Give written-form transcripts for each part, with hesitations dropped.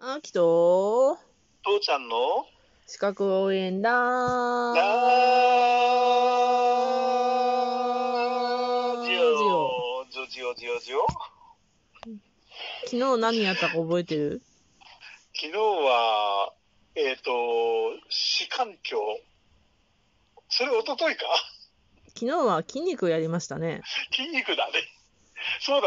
あきと父ちゃんの資格応援ララジオジオ。 昨日何やったか覚えてる？ 昨日は視環境、それ一昨日か。 昨日は筋肉やりましたね。 筋肉だね。そうだ。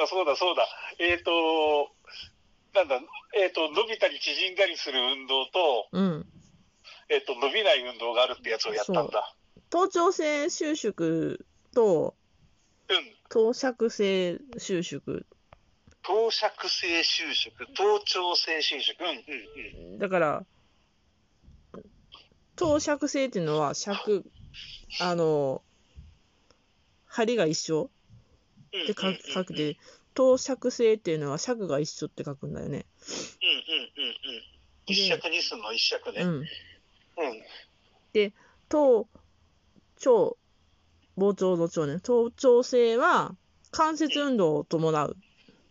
なんだ伸びたり縮んだりする運動と、伸びない運動があるってやつをやったんだ。 頭頂性収縮と頭尺性収縮。 頭尺性収縮、頭頂性収縮。 だから頭尺性っていうのは尺、針が一緒って書くで、頭尺性っていうのは尺が一緒って書くんだよね。 一尺二寸の一尺ね。 で、頭頂、膨張の頂ね。頭頂性は関節運動を伴う。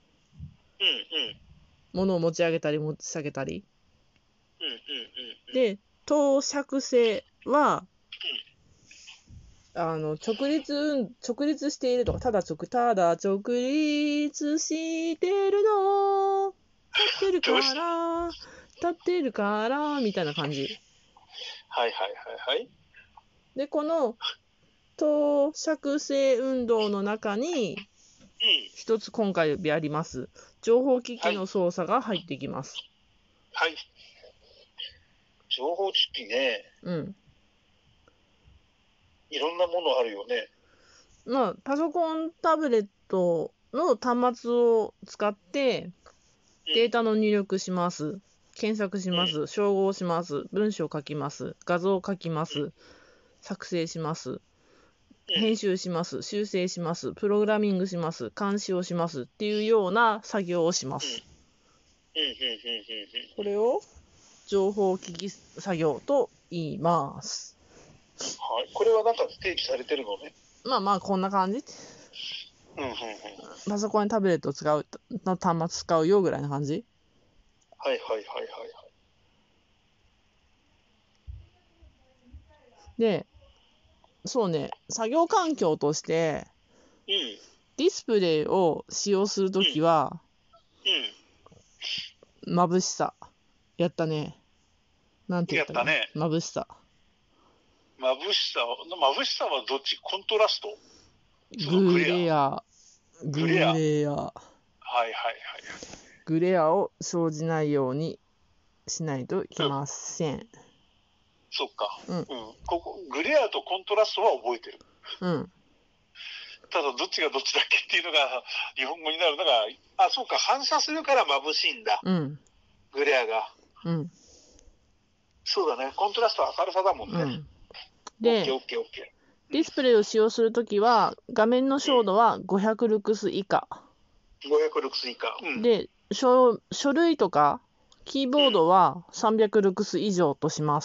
物を持ち上げたり持ち下げたり。で、頭尺性は、直立しているとか、ただ直立してるの、立ってるから、みたいな感じ。 はい。 で、この頭尺性運動の中に、一つ今回やります。情報機器の操作が入ってきます。 はい。情報機器ね。いろんなものあるよね。 パソコン、タブレットの端末を使ってデータの入力します。検索します。照合します。文章を書きます。画像を書きます。作成します。編集します。修正します。プログラミングします。監視をしますっていうような作業をします。これを情報機器作業と言います。 はい。これはなんか定義されてるのね。 こんな感じ。パソコンやタブレットを使うの端末使うよぐらいな感じ。 はい。 で、そうね、作業環境として、ディスプレイを使用するときは、眩しさ。やったね。なんて言ったらいい？眩しさ。 眩しさはどっち？コントラスト？ グレア。グレアを生じないようにしないといけません。 そっか。ここグレアとコントラストは覚えてる。ただどっちがどっちだっけっていうのが日本語になるのが、そうか、反射するから眩しいんだ。グレアが。そうだね。コントラストは明るさだもんね。 で、ディスプレイを使用するときは画面の照度は500ルクス以下。で、書類とかキーボードは300ルクス以上とします。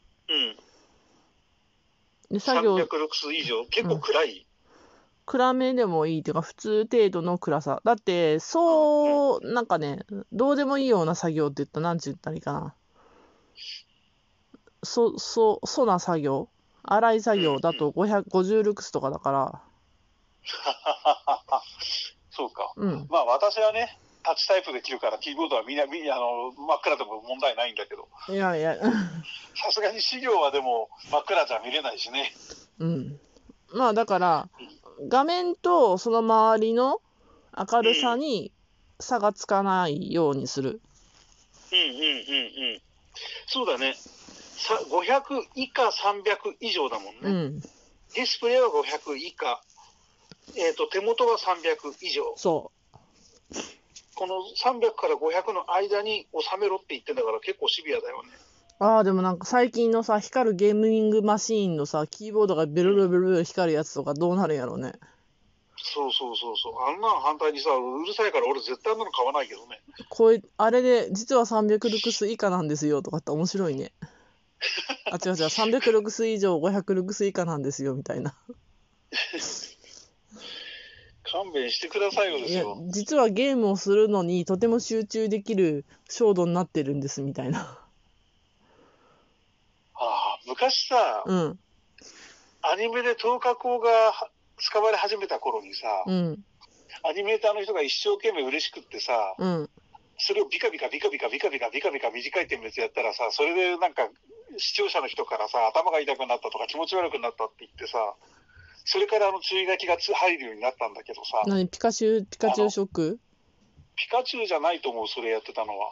で、 300ルクス以上、結構暗い？ 暗めでもいいというか、普通程度の暗さ。だって、なんかね、どうでもいいような作業って言ったら、なんて言ったらいいかな。な作業、粗い作業だと550ルクスとかだから。 そうか。私はね、タッチタイプで切るからキーボードはみんな真っ暗でも問題ないんだけど。 いやさすがに資料はでも真っ暗じゃ見れないしね。 だから画面とその周りの明るさに差がつかないようにする。 そうだね。500以下300以上だもんね。ディスプレイは500以下。手元は300以上。この300から500の間に収めろって言ってんだから結構シビアだよね。 でもなんか最近のさ、光るゲーミングマシーンのさ、キーボードがベルベル光るやつとかどうなるんやろうね。 そう。あんなの反対にさ、うるさいから俺絶対あんなの買わないけどね。 あれで実は300ルクス以下なんですよとかって面白いね。違う、300ルクス以上500ルクス以下なんですよみたいな。 勘弁してくださいよですよ。 実はゲームをするのにとても集中できる照度になってるんですみたいな。 昔さ、アニメで透過光が使われ始めた頃にさ、アニメーターの人が一生懸命嬉しくってさ、それをビカビカ短い点滅やったらさ、それでなんか視聴者の人からさ、頭が痛くなったとか気持ち悪くなったって言ってさ、それから注意書きが入るようになったんだけどさ。 ピカチュウショック？ ピカチュウじゃないと思う、それやってたのは。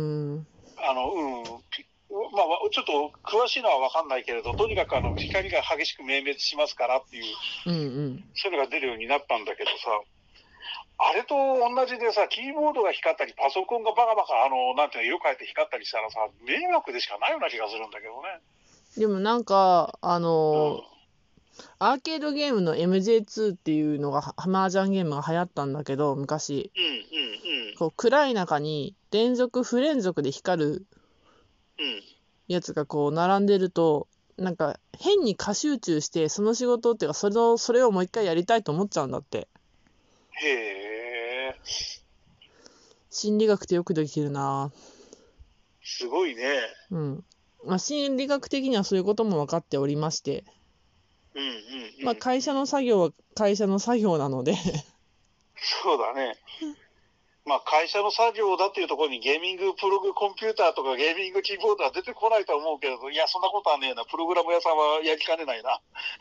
ちょっと詳しいのは分かんないけれど、とにかく光が激しく明滅しますからっていう、そういうのが出るようになったんだけどさ、あれと同じでさ、キーボードが光ったり、パソコンがバカバカ、なんていうの、色変えて光ったりしたらさ、迷惑でしかないような気がするんだけどね。 でもなんか、アーケードゲームの MJ2 っていうのが、麻雀ゲームが流行ったんだけど、昔。こう暗い中に不連続で光るやつがこう並んでると、なんか変に過集中して、その仕事っていうか、それをもう一回やりたいと思っちゃうんだって。 へえ。 心理学ってよくできてるな。 すごいね。 心理学的にはそういうことも分かっておりまして。会社の作業は会社の作業なのでそうだね。会社の作業だっていうところにゲーミングコンピューターとかゲーミングキーボードは出てこないと思うけれど、いや、そんなことはねえな。プログラム屋さんはやりかねないな。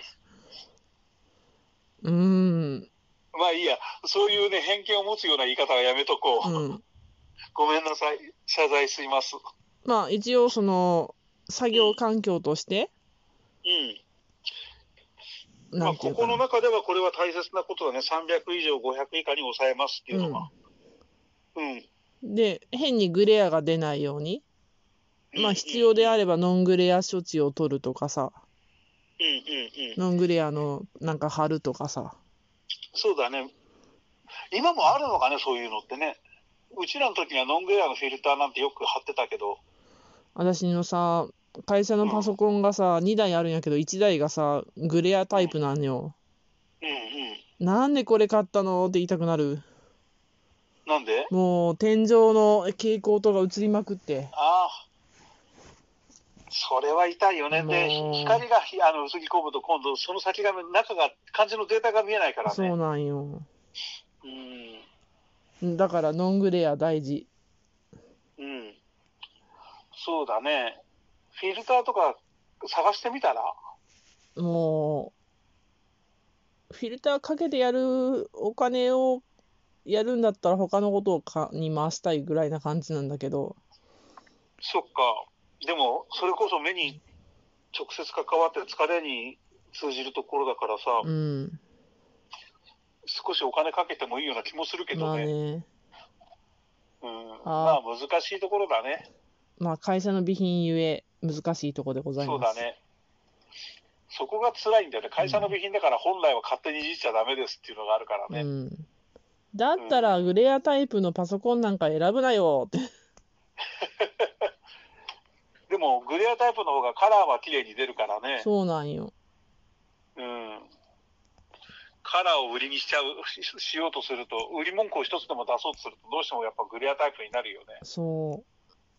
いいや。そういうね、偏見を持つような言い方はやめとこう。ごめんなさい。謝罪します。 一応作業環境として、 ここの中ではこれは大切なことだね。300以上500以下に抑えますっていうのが。 で、変にグレアが出ないように、必要であればノングレア処置を取るとかさ、ノングレアのなんか貼るとかさ。 そうだね。今もあるのかね、そういうのってね。うちらの時にはノングレアのフィルターなんてよく貼ってたけど。 私のさ、会社のパソコンがさ、2台あるんやけど、1台がさ、グレアタイプなんよ。なんでこれ買ったのって言いたくなる。 なんで？ もう、天井の蛍光灯が映りまくって。 それは痛いよね。で、光が映り込むと今度、その先が、中が、漢字のデータが見えないからね。 そうなんよ。だから、ノングレア大事。 そうだね。フィルターとか探してみたら？ もう、フィルターかけてやるお金をやるんだったら他のことに回したいぐらいな感じなんだけど。 そっか。でも、それこそ目に直接関わって疲れに通じるところだからさ、少しお金かけてもいいような気もするけどね。難しいところだね。 会社の備品ゆえ難しいところでございます。 そうだね。そこが辛いんだよね。会社の備品だから本来は勝手にいじっちゃダメですっていうのがあるからね。 だったらグレアタイプのパソコンなんか選ぶなよってでもグレアタイプの方がカラーは綺麗に出るからね。 そうなんよ。 カラーを売りにしようとすると、売り文句を一つでも出そうとすると、どうしてもやっぱグレアタイプになるよね。 そう。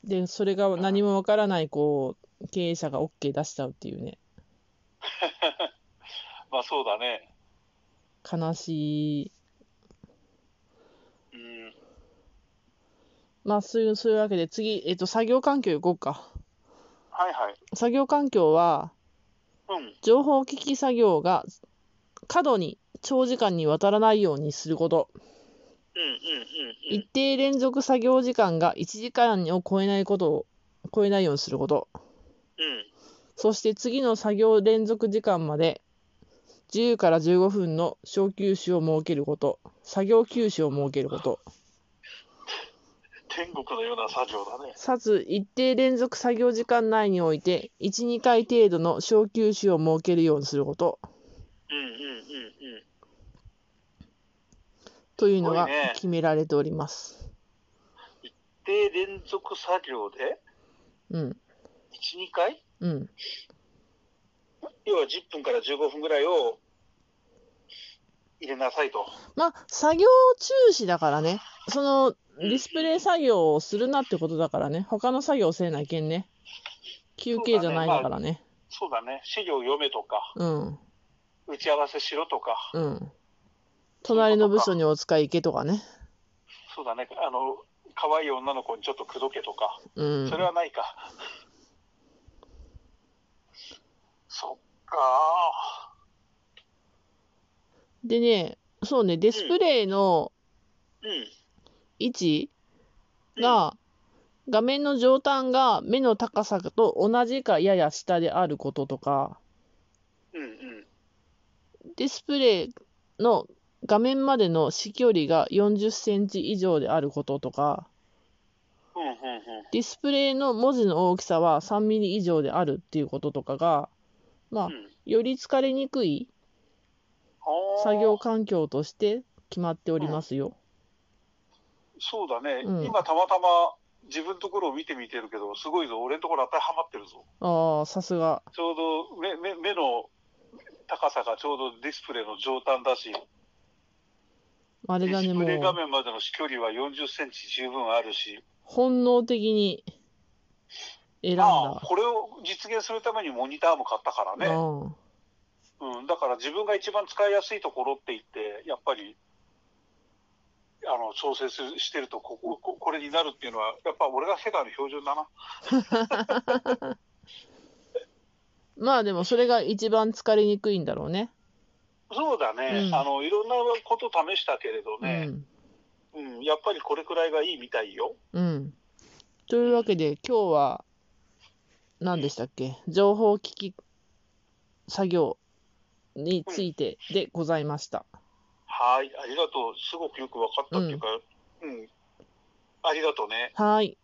で、それが何もわからない経営者が OK 出しちゃうっていうね。 そうだね。 悲しい。そういうわけで次、作業環境行こうか。作業環境は、情報機器作業が過度に長時間にわたらないようにすること。一定連続作業時間が1時間を超えないようにすること。そして次の作業連続時間まで10から15分の小休止を設けること。作業休止を設けること。 天国のような作業だね。 かつ一定連続作業時間内において 1,2 回程度の小休止を設けるようにすること。というのが決められております。 一定連続作業で 1,2 回要は10分から15分ぐらいを入れなさいと。 まあ、作業中止だからね。その、ディスプレイ作業をするなってことだからね。他の作業せえないけんね。休憩じゃないだからね。 そうだね。資料読めとか、 うん。 打ち合わせしろとか。 うん。隣の部署にお使い行けとかね。 そうだね。可愛い女の子にちょっと口説けとか。 うん。 それはないか。そっかでね、そうね、ディスプレイの位置が、画面の上端が目の高さと同じかやや下であることとか、ディスプレイの画面までの視距離が40センチ以上であることとか、ディスプレイの文字の大きさは3ミリ以上であるっていうこととかが、まあ、より疲れにくい作業環境として決まっておりますよ。 そうだね、今たまたま自分のところを見てみてるけど、すごいぞ、俺のところ当てはまってるぞ。 ああ、さすが。 ちょうど目の高さがちょうどディスプレイの上端だし、 あれだね、 ディスプレイ画面までの視距離は40センチ十分あるし、 本能的に選んだ。 これを実現するためにモニターも買ったからね。だから自分が一番使いやすいところって言って、やっぱり調整してるとこれになるっていうのは、やっぱ俺が世界の標準だな。 まあでもそれが一番疲れにくいんだろうね。 そうだね、いろんなこと試したけれどね、やっぱりこれくらいがいいみたいよ。 というわけで、今日は何でしたっけ、情報機器作業についてでございました。 はい、ありがとう。すごくよく分かったっていうか、ありがとうね。 はい。